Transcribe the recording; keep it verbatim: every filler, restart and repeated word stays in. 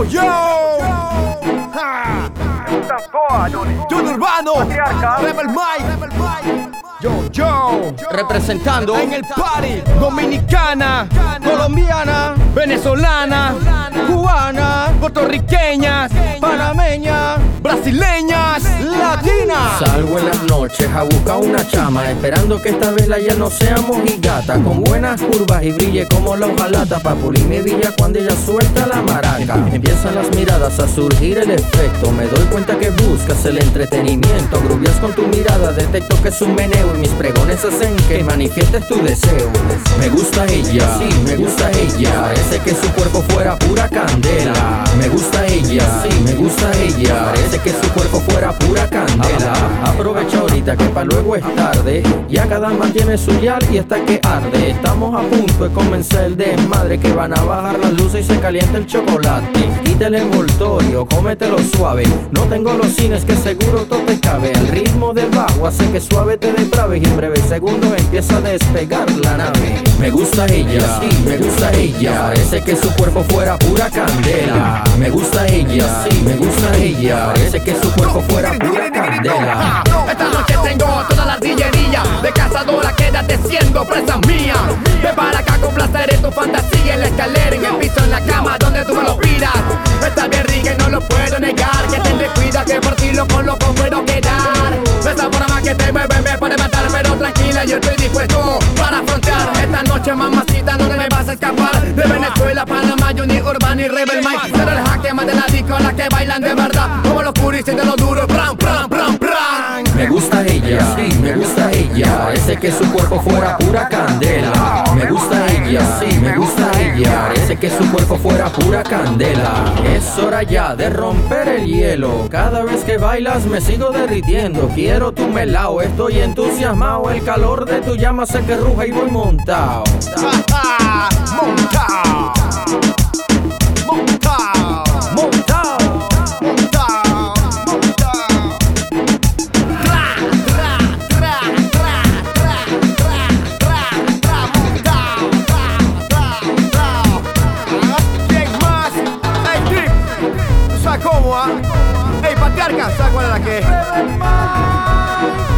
Yo, yo. Ja. John Urbano, Rebel Mike. Yo, yo. Representando en el party. Dominicana, colombiana, venezolana, cubana, puertorriqueñas, panameñas, brasileñas, latinas. Salgo en las noches a buscar una chama, esperando que esta vez la ya no sea mojigata, con buenas curvas y brille como la hojalata, pa' pulir mi villa cuando ella suelta la maraca. Empiezan las miradas a surgir el efecto, me doy cuenta que buscas el entretenimiento. Grubias con tu mirada, detecto que es un meneo y mis pregones hacen que manifiestes tu deseo. Me gusta ella, sí, me gusta ella, parece que su cuerpo fuera pura candela. Me gusta ella, sí, me gusta ella, parece que su cuerpo fuera pura candela. Aprovecha ahorita que pa' luego es tarde, ya cada man tiene su yal y hasta que arde. Estamos a punto de comenzar el desmadre, que van a bajar las luces y se calienta el chocolate. Quita el envoltorio, cómetelo suave, no tengo los cines que seguro todo te cabe. El ritmo del bajo hace que suave te deprave y en breve segundo empieza a despegar la nave. Me gusta ella, sí, me gusta ella, parece que su cuerpo fuera pura candela. Me gusta ella, sí, me gusta ella, parece que su cuerpo fuera pura candela. Esta noche tengo toda la artillería de cazadora, quédate siendo presa mía. Ven para acá, complaceré tu fantasía en la escalera, en el piso, en la cama, donde tú me lo pidas. Está bien rica y no lo puedo negar, que tendré cuidado que por ti loco, loco puedo quedar. De esa forma que te mueve me puede matar, pero tranquila, yo estoy dispuesto para afrontar esta noche, mamacita, no me vas a escapar. De Venezuela, Panamá, Johnny Urbano y Rebel Mike, pero el jaque más de la disco, las que bailan de verdad, como los puristas de los duros, pram, pram, pram, pram. Me gusta ella, sí, me gusta ella, parece que su cuerpo fuera pura candela. Me gusta ella, sí, me gusta ella, parece que su cuerpo fuera pura candela. Es hora ya de romper el hielo, cada vez que bailas me sigo derritiendo. Quiero tu melao, estoy entusiasmado, el calor de tu llama sé que ruja y voy montao. Montao. Montao. Montao. ¿Cómo, ah? Ey, patriarca, ¿sabes cuál es la que?